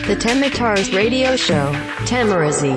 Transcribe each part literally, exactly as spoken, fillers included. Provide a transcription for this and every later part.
The Temitars Radio Show, Tamarazi.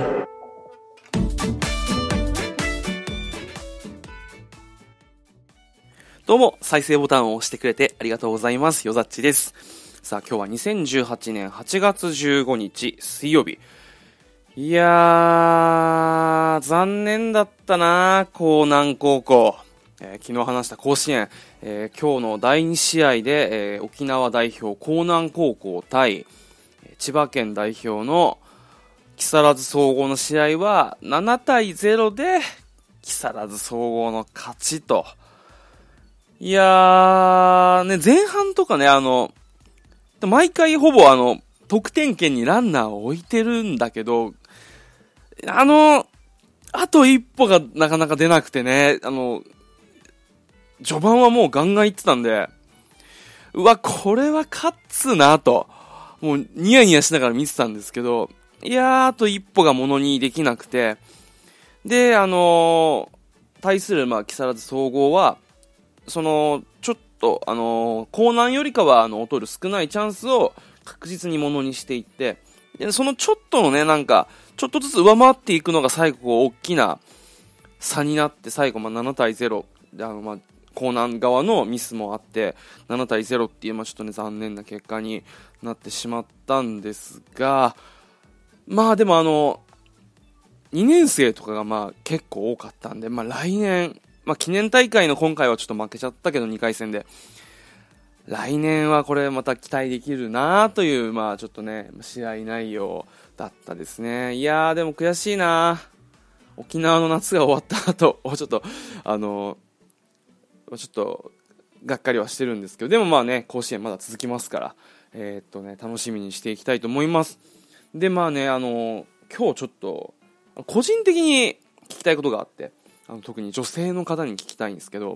どうも、再生ボタンを押してくれてありがとうございます。よざっちです。さあ、今日はにせんじゅうはちねんはちがつじゅうごにち水曜日。いやー、残念だったな、江南高校。えー、昨日話した甲子園、えー、今日のだいに試合で、えー、沖縄代表江南高校対千葉県代表の木更津総合の試合はななたいゼロで木更津総合の勝ちと。いやー、ね、前半とかね、あの、毎回ほぼあの、得点圏にランナーを置いてるんだけど、あの、あと一歩がなかなか出なくてね、あの、序盤はもうガンガンいってたんで、うわ、これは勝つなと、もうニヤニヤしながら見てたんですけど、いやー、あと一歩がものにできなくて、で、あのー、対する、まあ、木更津総合は、その、ちょっと、あのー、江南よりかは、あの、劣る少ないチャンスを確実にものにしていって、で、そのちょっとのね、なんか、ちょっとずつ上回っていくのが最後、大きな差になって、最後、まあ、ななたいゼロ、で、あの、まあ、江南側のミスもあってななたいゼロっていう、まあ、ちょっとね残念な結果になってしまったんですが、まあでもあのにねん生とかがまあ結構多かったんで、まあ来年、まあ記念大会の今回はちょっと負けちゃったけどにかい戦で、来年はこれまた期待できるなという、まあちょっとね試合内容だったですね。いやーでも悔しいな、沖縄の夏が終わった後ちょっとあのちょっとがっかりはしてるんですけど、でもまあね甲子園まだ続きますから、えー、っとね楽しみにしていきたいと思います。でまあねあの今日ちょっと個人的に聞きたいことがあって、あの特に女性の方に聞きたいんですけど、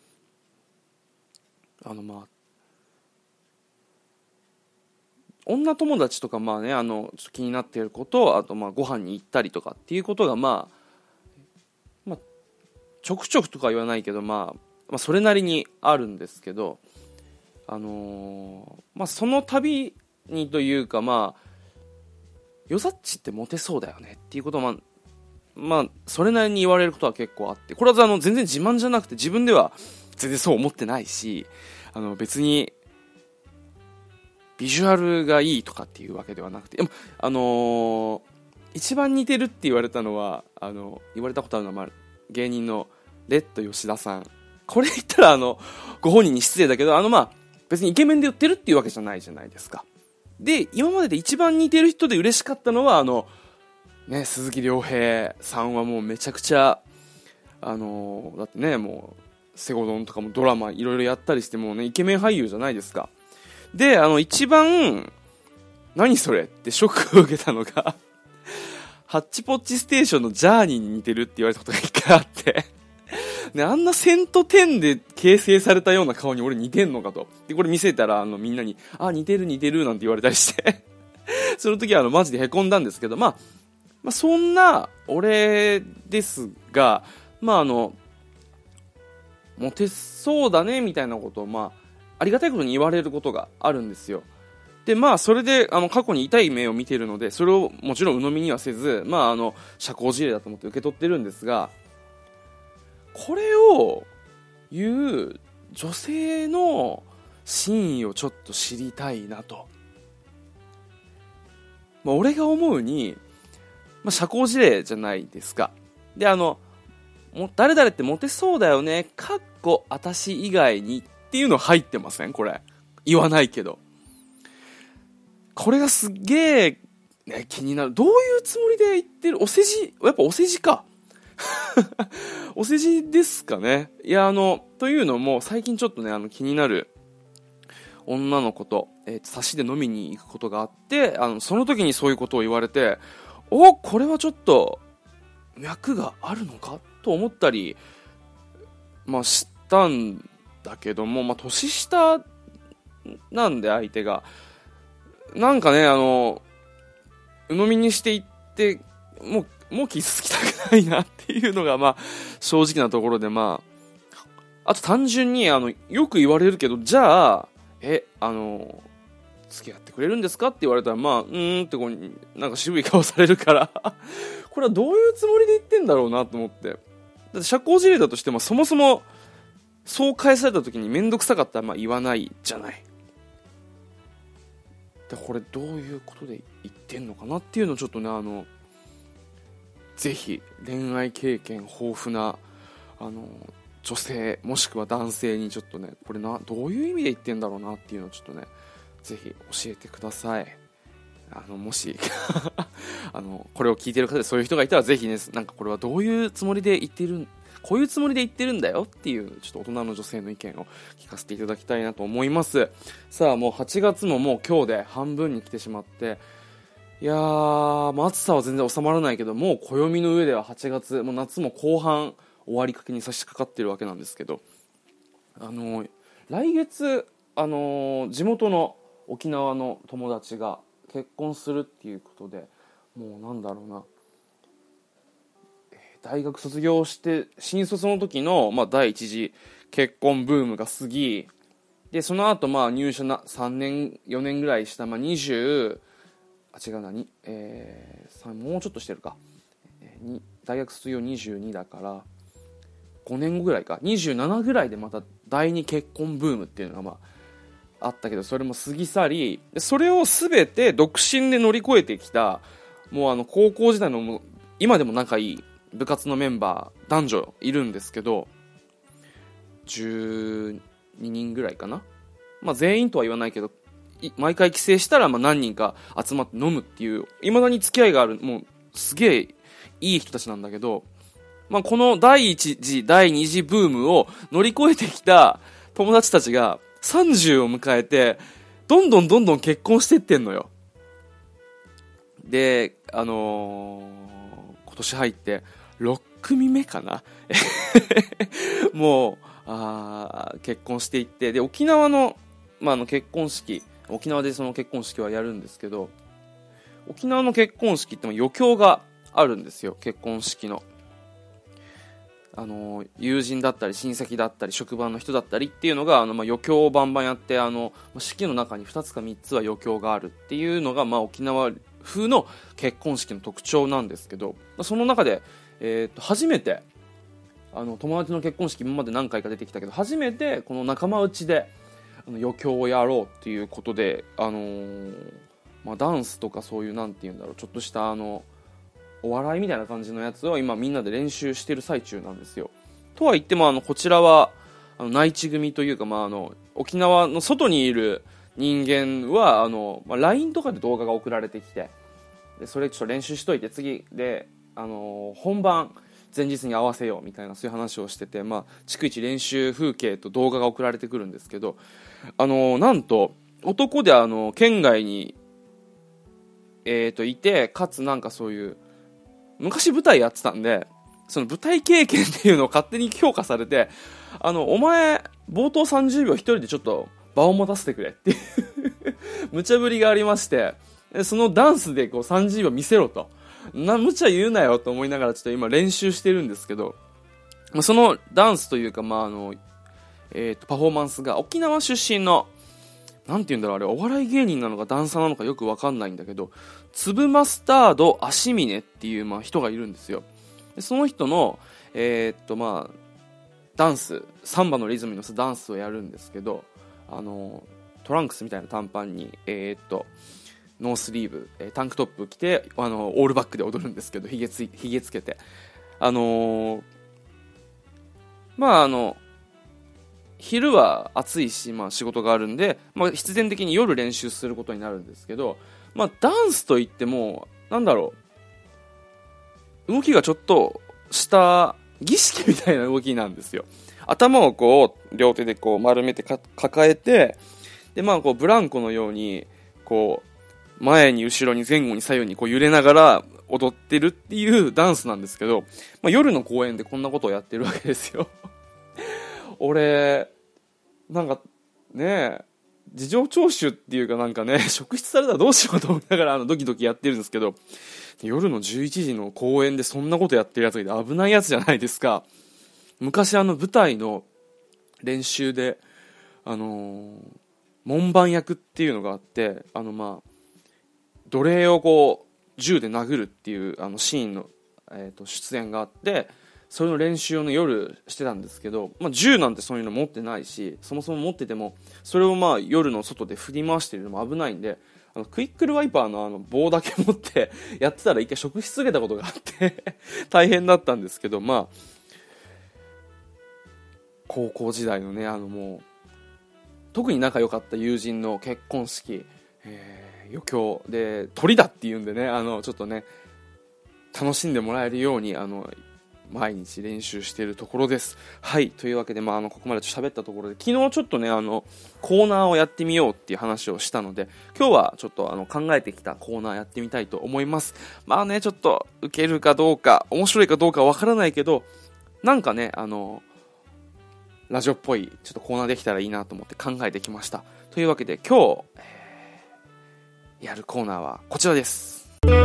あのまあ女友達とかまあねあのちょっと気になっていること、あとまあご飯に行ったりとかっていうことがまあまあちょくちょくとか言わないけどまあまあ、それなりにあるんですけど、あのーまあ、その度にというか、まあ、よざっちってモテそうだよねっていうことは、まあ、まあ、それなりに言われることは結構あって、これはあの全然自慢じゃなくて自分では全然そう思ってないし、あの別にビジュアルがいいとかっていうわけではなくて、でもあのー、一番似てるって言われたのは、あの言われたことあるのは、まあ、芸人のレッド吉田さん。これ言ったらあのご本人に失礼だけど、あのまあ別にイケメンで言ってるっていうわけじゃないじゃないですか。で今までで一番似てる人で嬉しかったのはあのね鈴木亮平さんはもうめちゃくちゃあのだってねもうセゴドンとかもドラマいろいろやったりしてもうねイケメン俳優じゃないですか。であの一番何それってショックを受けたのがハッチポッチステーションのジャーニーに似てるって言われたことが一回あってね、あんな線と点で形成されたような顔に俺似てんのかと。で、これ見せたら、あの、みんなに、あ、似てる似てるなんて言われたりしてその時は、あの、マジで凹んだんですけど、まあ、まあ、そんな、俺ですが、まあ、あの、モテそうだね、みたいなことを、まあ、ありがたいことに言われることがあるんですよ。で、まあ、それで、あの、過去に痛い目を見てるので、それをもちろん鵜呑みにはせず、まあ、あの、社交辞令だと思って受け取ってるんですが、これを言う女性の真意をちょっと知りたいなと。まあ、俺が思うに、まあ、社交辞令じゃないですか。で、あの、も誰々ってモテそうだよね、かっこ私以外にっていうの入ってません？これ。言わないけど。これがすっげえ、ね、気になる。どういうつもりで言ってる？お世辞？やっぱお世辞か。お世辞ですかね。いやあのというのも最近ちょっとねあの気になる女の子と、えー、差しで飲みに行くことがあって、あのその時にそういうことを言われて、おこれはちょっと脈があるのかと思ったりまあしたんだけども、まあ年下なんで相手がなんかねあの鵜呑みにしていってもうもう傷つきたくないなっていうのがまあ正直なところで、まああと単純にあのよく言われるけど、じゃあえあの付き合ってくれるんですかって言われたら、まあうーんってこうなんか渋い顔されるからこれはどういうつもりで言ってんだろうなと思って。だって社交辞令だとしてもそもそもそう返された時に面倒くさかったらまあ言わないじゃない。でこれどういうことで言ってんのかなっていうのをちょっとね、あのぜひ恋愛経験豊富なあの女性もしくは男性にちょっとね、これなどういう意味で言ってんだろうなっていうのをちょっとね、ぜひ教えてください。あのもしあのこれを聞いてる方でそういう人がいたら、ぜひね、なんかこれはどういうつもりで言ってる、こういうつもりで言ってるんだよっていうちょっと大人の女性の意見を聞かせていただきたいなと思います。さあもうはちがつももう今日で半分に来てしまって、いやー、まあ、暑さは全然収まらないけど、もう暦の上でははちがつ、もう夏も後半終わりかけに差し掛かってるわけなんですけど、あのー、来月、あのー、地元の沖縄の友達が結婚するっていうことで、もうなんだろうな、大学卒業して新卒の時の、まあ、第一次結婚ブームが過ぎで、その後まあ入社なさんねんよねんぐらいした、まあ、にじゅうあ違うなに、えー、もうちょっとしてるか、えー、に大学卒業にじゅうにだからごねんごぐらいか、にじゅうななぐらいでまた第二結婚ブームっていうのがまああったけど、それも過ぎ去り、それを全て独身で乗り越えてきた、もうあの高校時代のもう今でも仲いい部活のメンバー男女いるんですけど、じゅうににんぐらいかな、まあ全員とは言わないけど、毎回帰省したらまあ何人か集まって飲むっていう、いまだに付き合いがある、もうすげえいい人たちなんだけど、まあこの第一次第二次ブームを乗り越えてきた友達たちがさんじゅうを迎えてどんどんどんどん結婚してってんのよ。であのー、今年入ってろっくみめかなもうあ結婚していって、で沖縄の、まあ、あの結婚式、沖縄でその結婚式はやるんですけど、沖縄の結婚式って余興があるんですよ。結婚式のあの友人だったり親戚だったり職場の人だったりっていうのがあの、まあ、余興をバンバンやって、あの式の中にふたつかみっつは余興があるっていうのが、まあ、沖縄風の結婚式の特徴なんですけど、その中で、えー、と初めてあの友達の結婚式今まで何回か出てきたけど、初めてこの仲間内であの余興をやろうっていうことで、あのーまあ、ダンスとかそういうなんていうんだろう、ちょっとしたあのお笑いみたいな感じのやつを今みんなで練習してる最中なんですよ。とは言ってもあのこちらはあの内地組というか、まあ、あの沖縄の外にいる人間はあの、まあ、ライン とかで動画が送られてきて、でそれちょっと練習しといて次で、あの本番前日に合わせようみたいなそういう話をしてて、まあ、逐一練習風景と動画が送られてくるんですけど、あのなんと男であの県外に、えー、といて、かつなんかそういう昔舞台やってたんで、その舞台経験っていうのを勝手に評価されて、あのお前冒頭さんじゅうびょう一人でちょっと場を持たせてくれっていう無茶ぶりがありまして、そのダンスでこうさんじゅうびょう見せろと、な無茶言うなよと思いながらちょっと今練習してるんですけど、そのダンスというか、まああのえー、とパフォーマンスが沖縄出身のなんていうんだろう、あれお笑い芸人なのかダンサーなのかよく分かんないんだけど、粒マスタード足峰っていう、まあ、人がいるんですよ。でその人の、えー、っとまあダンス、サンバのリズムに乗せダンスをやるんですけど、あのトランクスみたいな短パンに、えー、っとノースリーブ、タンクトップ着て、あのオールバックで踊るんですけど、ひげつひげつけて、あのー、まああの昼は暑いし、まあ、仕事があるんで、まあ、必然的に夜練習することになるんですけど、まあ、ダンスといってもなんだろう、動きがちょっとした儀式みたいな動きなんですよ。頭をこう両手でこう丸めてか抱えて、で、まあ、こうブランコのようにこう前に後ろに前後に左右にこう揺れながら踊ってるっていうダンスなんですけど、まあ、夜の公園でこんなことをやってるわけですよ俺なんかね、事情聴取っていうかなんかね、職質されたらどうしようと思いながらあのドキドキやってるんですけど、夜のじゅういちじの公園でそんなことやってるやつがいて危ないやつじゃないですか。昔あの舞台の練習であのー、 門番役っていうのがあって、あのまあ奴隷をこう銃で殴るっていうあのシーンの、えー、と出演があって、それの練習を、ね、夜してたんですけど、まあ、銃なんてそういうの持ってないし、そもそも持っててもそれをまあ夜の外で振り回してるのも危ないんで、あのクイックルワイパーのあの棒だけ持ってやってたら一回職質受けたことがあって大変だったんですけど、まあ高校時代のね、あのもう特に仲良かった友人の結婚式、えー余興で鳥だっていうんでね、あのちょっとね楽しんでもらえるようにあの毎日練習しているところです。はい、というわけで、まあ、あのここまで喋ったところで、昨日ちょっとねあのコーナーをやってみようっていう話をしたので、今日はちょっとあの考えてきたコーナーやってみたいと思います。まあね、ちょっと受けるかどうか面白いかどうかわからないけど、なんかねあのラジオっぽいちょっとコーナーできたらいいなと思って考えてきました。というわけで今日、えーやるコーナーはこちらです。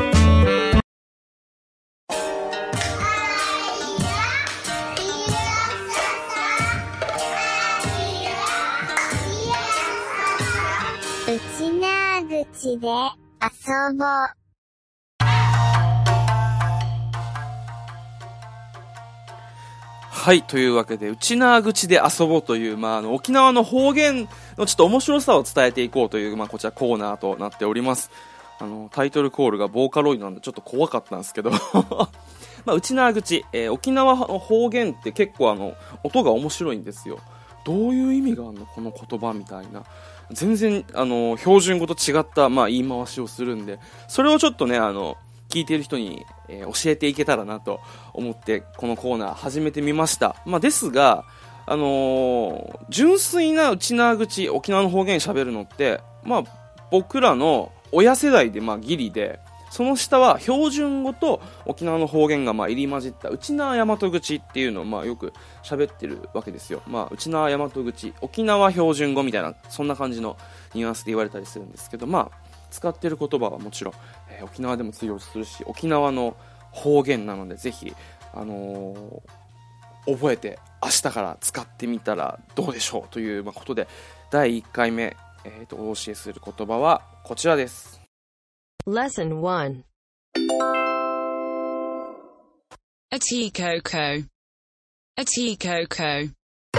うちなーぐちで遊ぼう。 はい、というわけで、うちなーぐちで遊ぼうという、まあ、あの沖縄の方言のちょっと面白さを伝えていこうという、まあ、こちらコーナーとなっております。あのタイトルコールがボーカロイドなんでちょっと怖かったんですけどまあ、うちなーぐち、えー、沖縄の方言って結構あの音が面白いんですよ。どういう意味があるのこの言葉みたいな、全然あの標準語と違った、まあ、言い回しをするんで、それをちょっとねあの聞いている人に、えー、教えていけたらなと思ってこのコーナー始めてみました。まあ、ですが、あのー、純粋なうちなーぐち沖縄の方言喋るのって、まあ、僕らの親世代でまあギリで、その下は標準語と沖縄の方言がまあ入り混じったうちなー大和口っていうのをまあよく喋ってるわけですよ。まあ、うちなー大和口沖縄標準語みたいな、そんな感じのニュアンスで言われたりするんですけど、まあ使ってる言葉はもちろん、えー、沖縄でも通用するし、沖縄の方言なのでぜひ、あのー、覚えて明日から使ってみたらどうでしょうという、まあ、ことで、だいいっかいめ、えー、とお教えする言葉はこちらです。 Lesson one. A tea cocoa. A tea cocoa.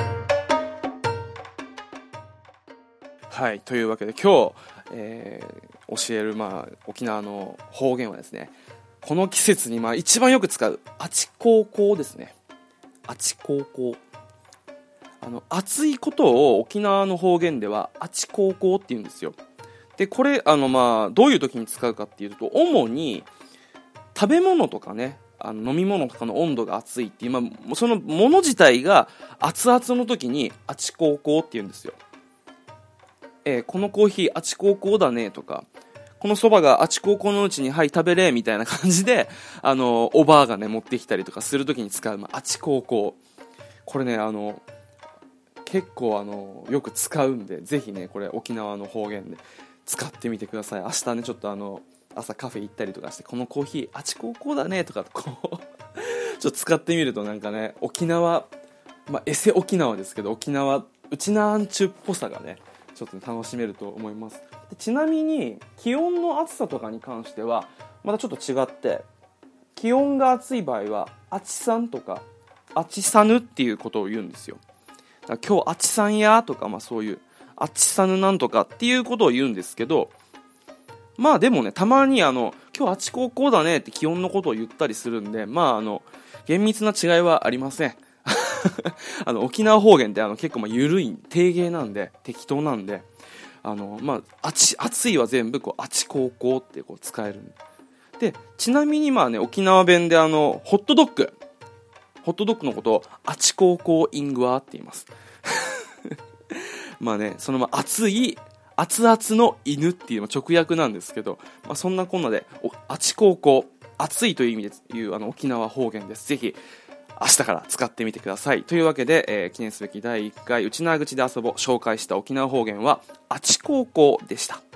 はい、というわけで今日、えー、教える、まあ、沖縄の方言はですね、この季節にまあ一番よく使うあちこうこうですね。あちこうこう、あの暑いことを沖縄の方言ではあちこうこうって言うんですよ。でこれあの、まあ、どういう時に使うかっていうと、主に食べ物とかね、あの飲み物とかの温度が熱いっていう、まあ、そのもの自体が熱々の時にあちこうこうって言うんですよ。えー、このコーヒーあちこうこうだねとか、このそばがあちこうこうのうちにはい食べれみたいな感じで、あのおばあがね持ってきたりとかする時に使う、まあ、あちこうこう、これねあの結構あのよく使うんで、ぜひねこれ沖縄の方言で使ってみてください。明日ねちょっとあの朝カフェ行ったりとかして、このコーヒーあちこうこうだねとかこうちょっと使ってみると、なんかね沖縄、まあ、エセ沖縄ですけど、沖縄うちなんちゅっぽさがねちょっと楽しめると思います。でちなみに気温の暑さとかに関してはまたちょっと違って、気温が暑い場合はあちさんとかあちさぬっていうことを言うんですよ。だから今日あちさんやとか、まあ、そういうあちさぬなんとかっていうことを言うんですけど、まあでもねたまにあの今日あちこうこうだねって気温のことを言ったりするんで、まああの厳密な違いはありませんあの沖縄方言ってあの結構まあ緩い低芸なんで適当なんで、あのまああち暑いは全部こうあちこうこうってこう使えるんで。でちなみにまあね沖縄弁であのホットドッグホットドッグのことをあちこうこうイングワーって言いますまあねそのまあ熱い熱々の犬っていう直訳なんですけど、まあ、そんなこんなでおあちこうこう熱いという意味でいうあの沖縄方言です。ぜひ明日から使ってみてください。というわけで、えー、記念すべきだいいっかいうちなーぐちで遊ぼう紹介した沖縄方言はあちこうこうでした。